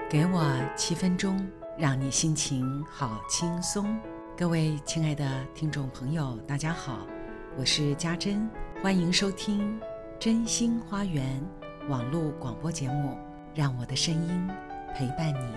给我7分钟，让你心情好轻松。各位亲爱的听众朋友，大家好，我是家珍，欢迎收听真心花园网络广播节目，让我的声音陪伴你。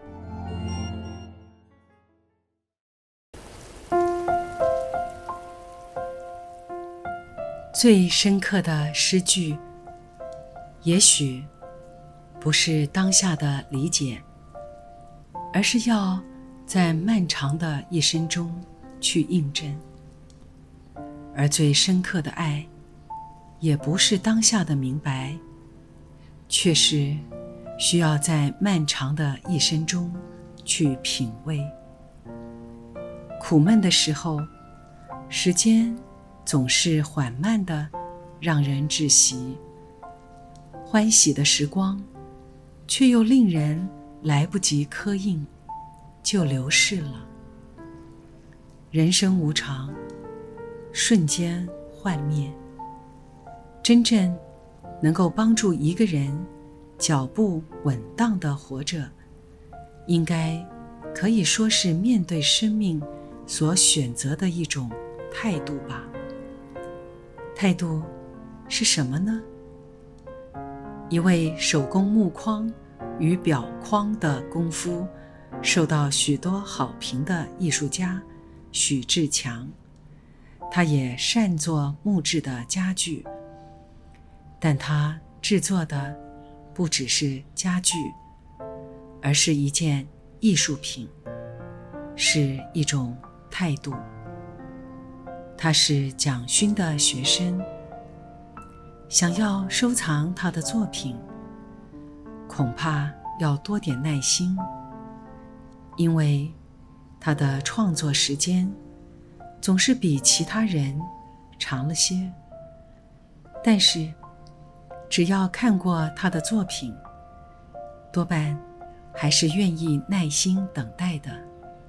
最深刻的诗句，也许不是当下的理解，而是要在漫长的一生中去印证。而最深刻的爱，也不是当下的明白，却是需要在漫长的一生中去品味。苦闷的时候，时间总是缓慢的让人窒息，欢喜的时光却又令人来不及刻印就流逝了。人生无常，瞬间幻灭，真正能够帮助一个人脚步稳当地活着，应该可以说是面对生命所选择的一种态度吧。态度是什么呢？一位手工木框与裱框的功夫受到许多好评的艺术家许志强，他也善做木质的家具，但他制作的不只是家具，而是一件艺术品，是一种态度。他是蒋勋的学生，想要收藏他的作品，恐怕要多点耐心，因为他的创作时间总是比其他人长了些。但是只要看过他的作品，多半还是愿意耐心等待的。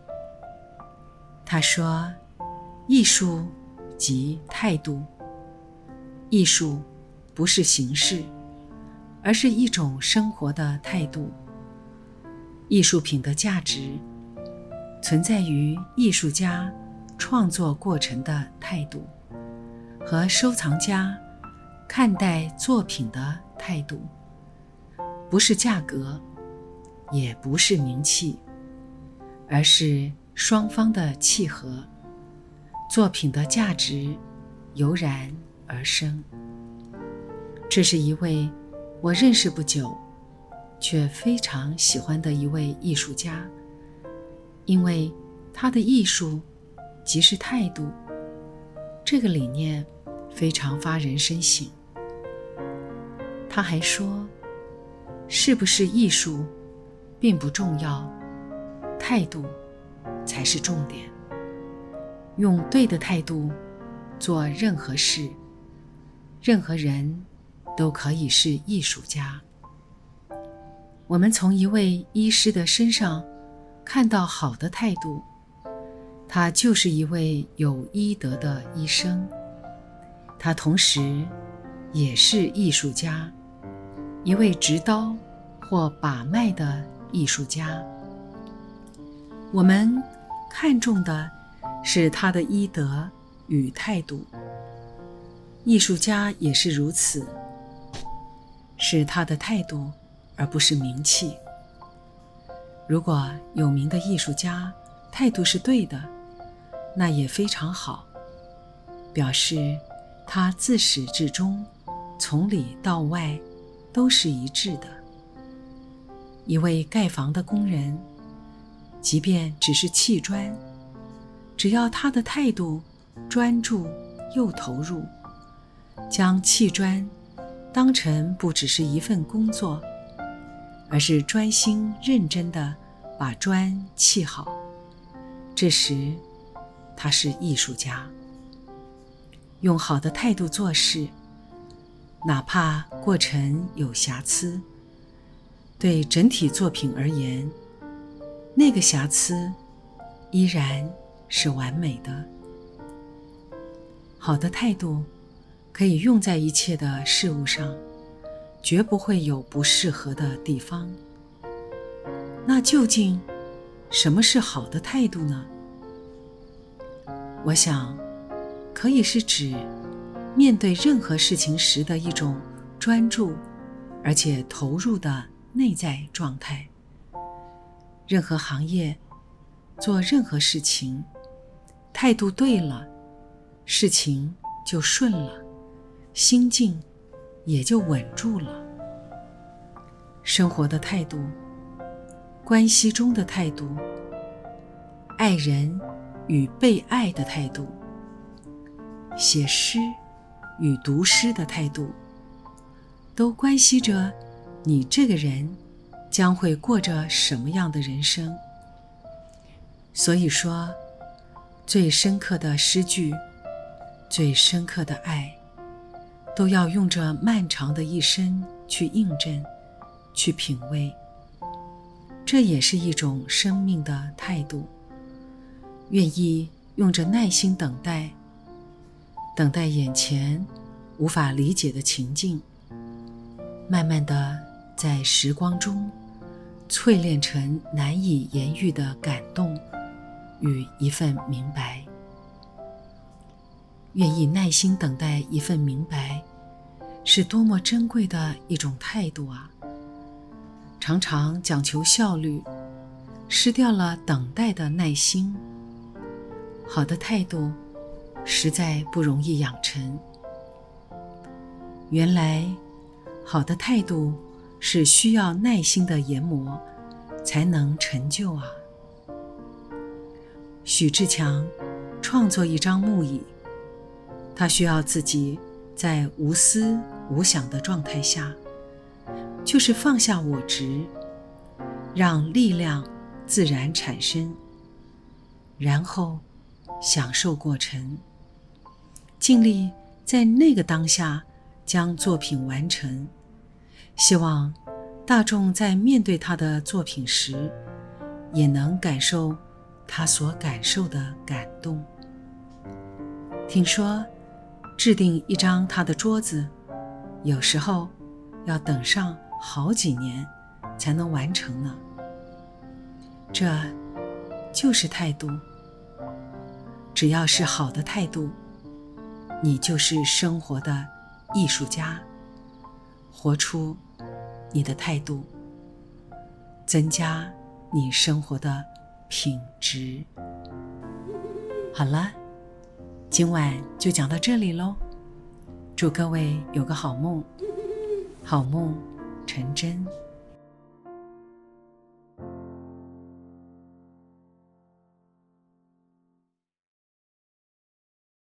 他说，艺术即态度，艺术不是形式，而是一种生活的态度。艺术品的价值存在于艺术家创作过程的态度和收藏家看待作品的态度，不是价格，也不是名气，而是双方的契合。作品的价值油然而生。这是一位我认识不久却非常喜欢的一位艺术家，因为他的艺术即是态度，这个理念非常发人深省。他还说，是不是艺术并不重要，态度才是重点。用对的态度做任何事，任何人都可以是艺术家。我们从一位医师的身上看到好的态度，他就是一位有医德的医生，他同时也是艺术家，一位执刀或把脉的艺术家。我们看重的是他的医德与态度，艺术家也是如此，是他的态度而不是名气。如果有名的艺术家态度是对的，那也非常好，表示他自始至终从里到外都是一致的。一位盖房的工人，即便只是砌砖，只要他的态度专注又投入，将砌砖当成不只是一份工作，而是专心认真地把砖砌好，这时他是艺术家。用好的态度做事，哪怕过程有瑕疵，对整体作品而言，那个瑕疵依然是完美的。好的态度可以用在一切的事物上，绝不会有不适合的地方。 那究竟什么是好的态度呢？我想，可以是指面对任何事情时的一种专注而且投入的内在状态。任何行业，做任何事情，态度对了，事情就顺了，心境也就稳住了。生活的态度，关系中的态度，爱人与被爱的态度，写诗与读诗的态度，都关系着你这个人将会过着什么样的人生。所以说，最深刻的诗句，最深刻的爱，都要用着漫长的一生去印证，去品味。这也是一种生命的态度，愿意用着耐心等待，等待眼前无法理解的情境，慢慢的在时光中淬炼成难以言喻的感动与一份明白。愿意耐心等待一份明白，是多么珍贵的一种态度啊！常常讲求效率，失掉了等待的耐心。好的态度实在不容易养成。原来好的态度是需要耐心的研磨才能成就啊。许志强创作一张木椅，他需要自己在无思无想的状态下，就是放下我执，让力量自然产生，然后享受过程，尽力在那个当下将作品完成。希望大众在面对他的作品时，也能感受他所感受的感动。听说制定一张他的桌子，有时候要等上好几年才能完成呢。这就是态度。只要是好的态度，你就是生活的艺术家。活出你的态度，增加你生活的品质。好了，今晚就讲到这里咯。祝各位有个好梦，好梦成真。